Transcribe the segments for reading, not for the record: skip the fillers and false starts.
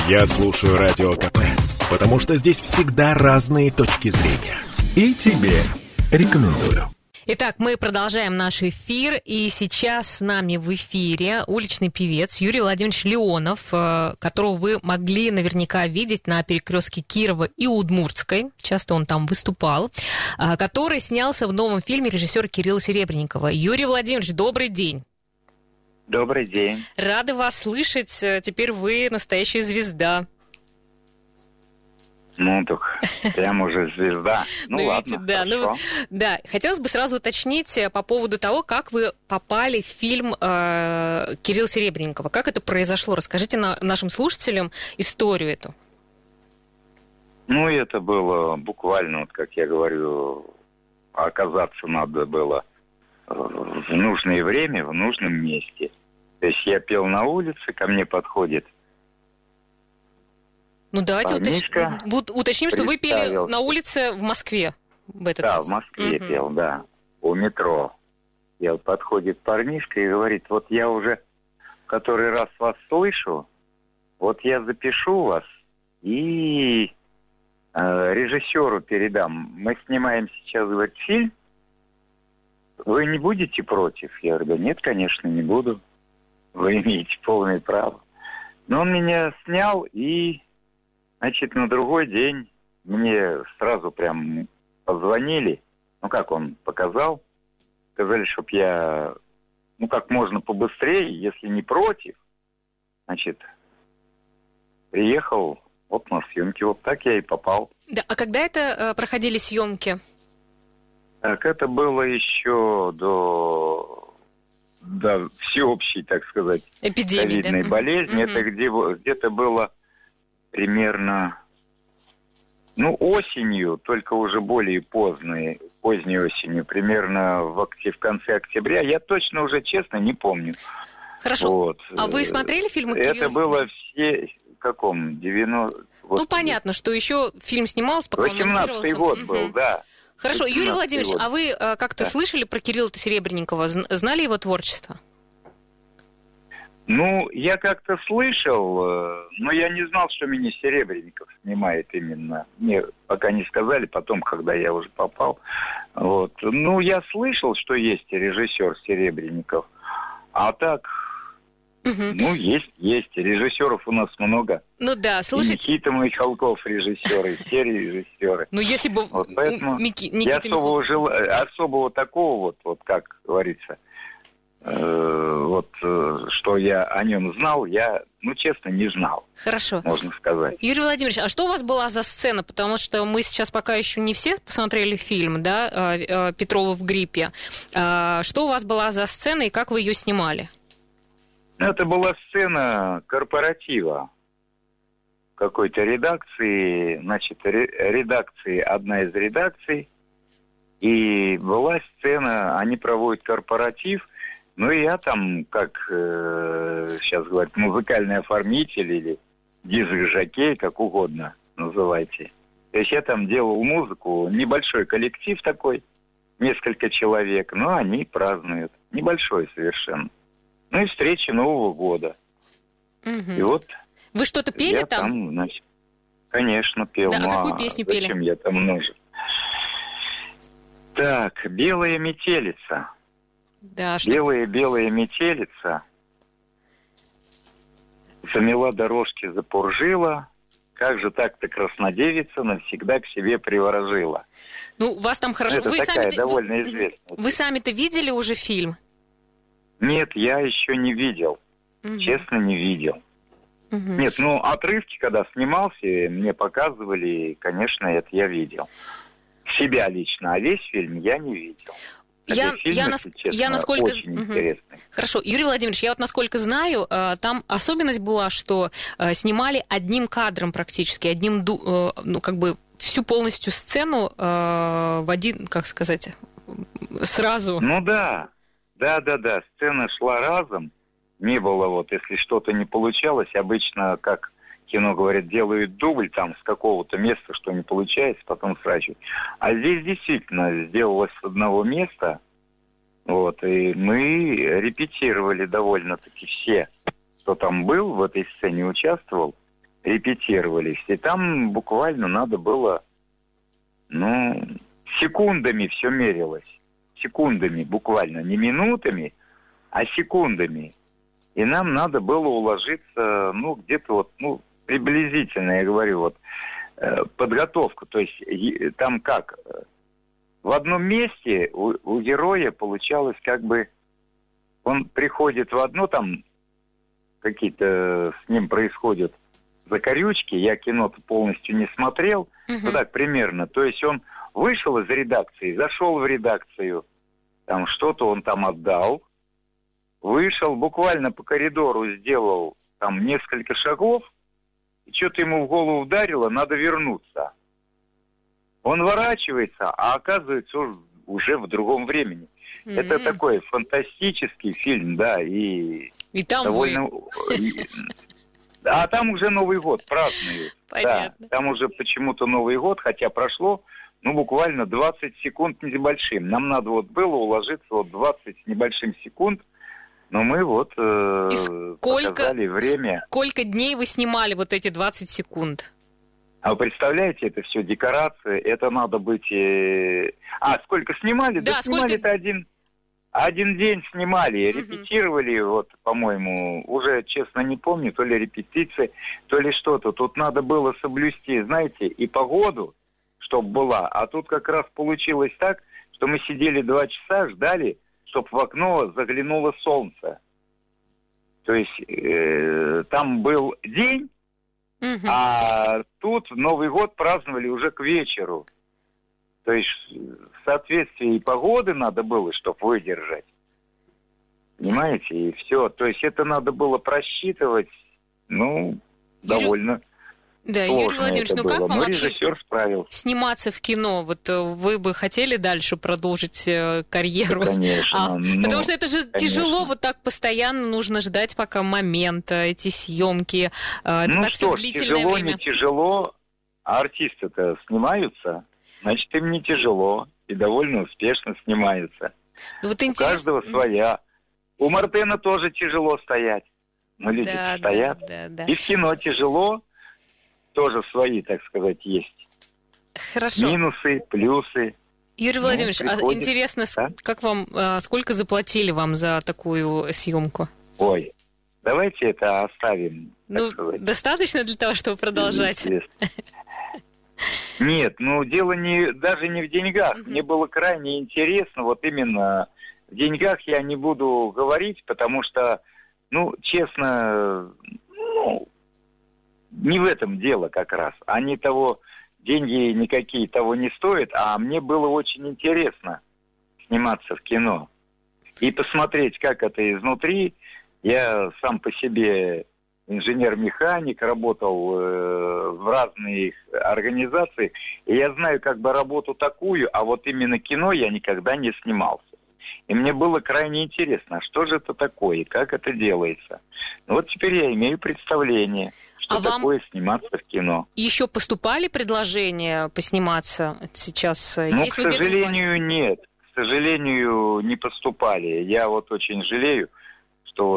Я слушаю Радио КП, потому что здесь всегда разные точки зрения. И тебе рекомендую. Итак, мы продолжаем наш эфир, и сейчас с нами в эфире уличный певец Юрий Владимирович Леонов, которого вы могли наверняка видеть на перекрестке Кирова и Удмуртской, часто он там выступал, который снялся в новом фильме режиссера Кирилла Серебренникова. Юрий Владимирович, добрый день. Добрый день. Рады вас слышать, теперь вы настоящая звезда. Ну, так прям уже звезда. Ну, ладно, видите, да, хотелось бы сразу уточнить по поводу того, как вы попали в фильм Кирилла Серебренникова. Как это произошло? Расскажите нашим слушателям историю эту. Ну, это было буквально, вот как я говорю, оказаться надо было в нужное время, в нужном месте. То есть я пел на улице, ко мне подходит Ну, давайте уточним, что вы пели на улице в Москве в этот раз. Да, в Москве пел, да, у метро. И вот подходит парнишка и говорит, вот я уже в который раз вас слышу, вот я запишу вас и режиссеру передам. Мы снимаем сейчас, говорит, фильм. Вы не будете против? Я говорю, да нет, конечно, не буду. Вы имеете полное право. Но он меня снял и... Значит, на другой день мне сразу прям позвонили, ну как он показал, сказали, чтоб я, ну как можно побыстрее, если не против, значит, приехал вот на съемки, вот так я и попал. Да, а когда это проходили съемки? Так, это было еще до всеобщей, так сказать, эпидемии, ковидной болезни. Это где-то было примерно, ну, осенью, только уже более поздней осенью, примерно в конце октября. Я точно уже, честно, не помню. Хорошо. Вот. А вы смотрели фильмы Кирилла? Это было в каком? 90... Ну, понятно, что еще фильм снимался, пока он монтировался. 18-й год был, да. Хорошо. Юрий Владимирович, а вы как-то слышали про Кирилла Серебренникова? Знали его творчество? Ну, я как-то слышал, но я не знал, что меня Серебренников снимает именно. Мне пока не сказали, потом, когда я уже попал. Вот. Ну, я слышал, что есть режиссер Серебренников. А так, ну, есть. Режиссеров у нас много. Ну да, слушайте. И Никита Михалков режиссеры, все режиссеры. Ну, если бы вот, поэтому Никита особого такого, вот как говорится, что я о нем знал, я, ну, честно, не знал. Хорошо. Можно сказать. Юрий Владимирович, а что у вас была за сцена? Потому что мы сейчас пока еще не все посмотрели фильм, да, «Петрова в гриппе». Что у вас была за сцена и как вы ее снимали? Это была сцена корпоратива какой-то редакции, значит, одна из редакций, и была сцена, они проводят корпоратив. Ну, и я там, как сейчас говорят, музыкальный оформитель или дизель-жокей, как угодно называйте. То есть я там делал музыку, небольшой коллектив такой, несколько человек, но они празднуют. Небольшой совершенно. Ну и встреча Нового года. Угу. И вот... Вы что-то пели я там, значит, конечно, пел. Да, а какую песню пели? Зачем я там нужен? Так, «Белая метелица». Да, что... Белая метелица замела дорожки, запуржила, как же так-то краснодевица навсегда к себе приворожила. Ну, вас там хорошо... Это такая довольно известная. Вы сами-то видели уже фильм? Нет, я еще не видел. Честно, не видел. Нет, ну, отрывки, когда снимался, мне показывали, конечно, это я видел. Себя лично, а весь фильм я не видел. Я насколько... Очень интересный. Хорошо, Юрий Владимирович, я вот насколько знаю, там особенность была, что снимали одним кадром практически, ну, как бы всю полностью сцену в один, как сказать, сразу. Ну да, сцена шла разом, не было вот, если что-то не получалось, обычно, как кино, говорят, делают дубль там с какого-то места, что не получается, потом сращивают. А здесь действительно сделалось с одного места, вот, и мы репетировали довольно-таки все, кто там был в этой сцене, участвовал. репетировались. И там буквально надо было, секундами все мерилось. Секундами буквально. Не минутами, а секундами. И нам надо было уложиться, где-то приблизительно, я говорю, подготовка. То есть там как? В одном месте у героя получалось как бы, он приходит в одно, там какие-то с ним происходят закорючки, я кино-то полностью не смотрел, так примерно. То есть он вышел из редакции, зашел в редакцию, там что-то он там отдал, вышел, буквально по коридору сделал там несколько шагов, и что-то ему в голову ударило, надо вернуться. Он ворачивается, а оказывается уже в другом времени. Это такой фантастический фильм, да, и там довольно... А там уже Новый год празднуют. Понятно. Да, там уже почему-то Новый год, хотя прошло, буквально 20 секунд небольшим. Нам надо было уложиться 20 с небольшим секунд, но мы показали время. Сколько дней вы снимали эти 20 секунд? А вы представляете, это все декорации, это надо быть... сколько снимали? Да, снимали-то один день снимали, репетировали, по-моему, уже, честно, не помню, то ли репетиции, то ли что-то. Тут надо было соблюсти, знаете, и погоду, чтобы была. А тут как раз получилось так, что мы сидели 2 часа, ждали, чтобы в окно заглянуло солнце. То есть там был день, а тут Новый год праздновали уже к вечеру. То есть в соответствии погоды надо было, чтобы выдержать. Понимаете? И все. То есть это надо было просчитывать, довольно Да, сложно. Юрий Владимирович, это как было. вам вообще режиссер справился. сниматься в кино? Вы бы хотели дальше продолжить карьеру? Да, конечно. Потому что это же тяжело, так постоянно нужно ждать пока момента, эти съемки. Так что ж, длительное тяжело, время. не тяжело, а артисты-то снимаются, значит, им не тяжело и довольно успешно снимаются. У каждого своя. У Мартена тоже тяжело стоять. Но люди стоят. Да. И в кино тяжело, тоже свои, так сказать, есть. Хорошо. Минусы, плюсы. Юрий Владимирович, интересно, как вам, сколько заплатили вам за такую съемку? Ой, давайте это оставим. Достаточно для того, чтобы продолжать? Нет, дело даже не в деньгах. Мне было крайне интересно, именно в деньгах я не буду говорить, потому что, честно, не в этом дело как раз. Деньги никакие того не стоят, а мне было очень интересно сниматься в кино. И посмотреть, как это изнутри. Я сам по себе инженер-механик, работал в разных организациях, и я знаю работу такую, а именно кино я никогда не снимался. И мне было крайне интересно, что же это такое, как это делается. Теперь я имею представление, что такое сниматься в кино. Еще поступали предложения посниматься сейчас? К сожалению, нет. К сожалению, не поступали. Я очень жалею, что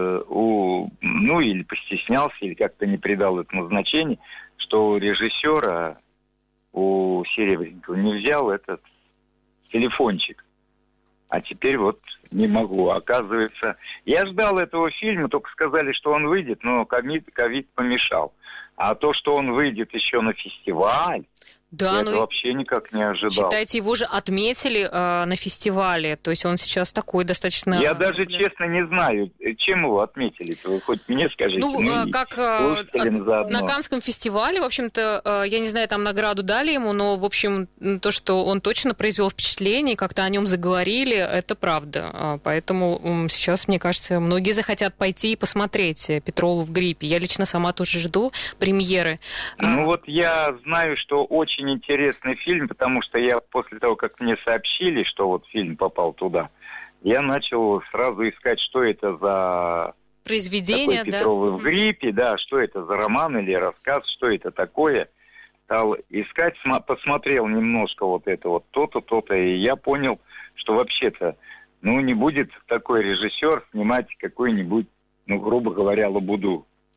или постеснялся, или как-то не придал этому значения, что у режиссера, у Серебренникова не взял этот телефончик. А теперь не могу. Оказывается, я ждал этого фильма, только сказали, что он выйдет, но ковид помешал. А то, что он выйдет еще на фестиваль, я это вообще никак не ожидал. Считайте, его же отметили на фестивале, то есть он сейчас такой достаточно... Я даже честно не знаю, чем его отметили, вы хоть мне скажите. Как на Каннском фестивале, в общем-то, я не знаю, там награду дали ему, но, в общем, то, что он точно произвел впечатление, как-то о нем заговорили, это правда. Поэтому сейчас, мне кажется, многие захотят пойти и посмотреть «Петрову в гриппе». Я лично сама тоже жду премьеры. Я знаю, что очень интересный фильм, потому что я после того, как мне сообщили, что фильм попал туда, я начал сразу искать, что это за произведение, Петровы в гриппе, что это за роман или рассказ, что это такое. Стал искать, посмотрел немножко то-то, то-то, и я понял, что вообще-то, не будет такой режиссер снимать какой-нибудь, грубо говоря, лабуду.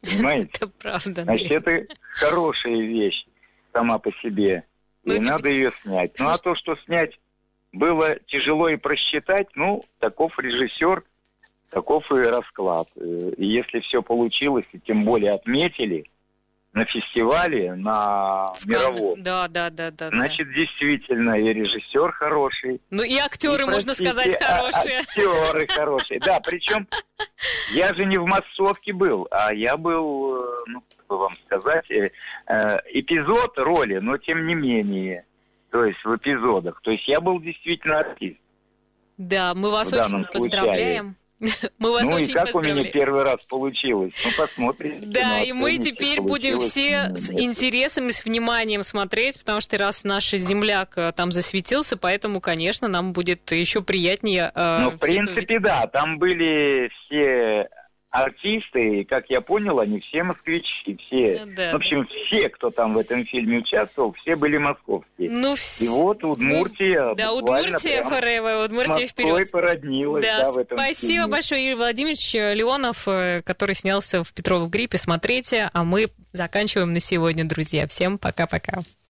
понимаете? Это правда. Значит, это хорошая вещь сама по себе, и надо ее снять. Ну, а то, что снять было тяжело и просчитать, таков режиссер, таков и расклад. И если все получилось, и тем более отметили на фестивале, на мировом, да. значит, действительно, и режиссер хороший. Ну, и актеры, можно сказать, хорошие. Актеры хорошие, да, причем я же не в массовке был, а я был, как бы вам сказать, эпизод роли, но тем не менее, то есть в эпизодах. То есть я был действительно артист. Да, мы вас очень поздравляем. Мы вас очень и как поздравляем. у меня первый раз получилось? Посмотрим. Да, и мы теперь будем все с интересом и с вниманием смотреть, потому что раз наш земляк там засветился, поэтому, конечно, нам будет еще приятнее. В принципе, да, там были все артисты, и, как я понял, они все москвичи, все. Да, в общем, все, кто там в этом фильме участвовал, все были московские. И вот Удмуртия, да, Удмуртия forever, Удмуртия вперед. Москвой породнилась, да, в этом спасибо фильме. большое, Юрий Владимирович Леонов, который снялся в «Петровом гриппе». Смотрите, а мы заканчиваем на сегодня, друзья. Всем пока-пока.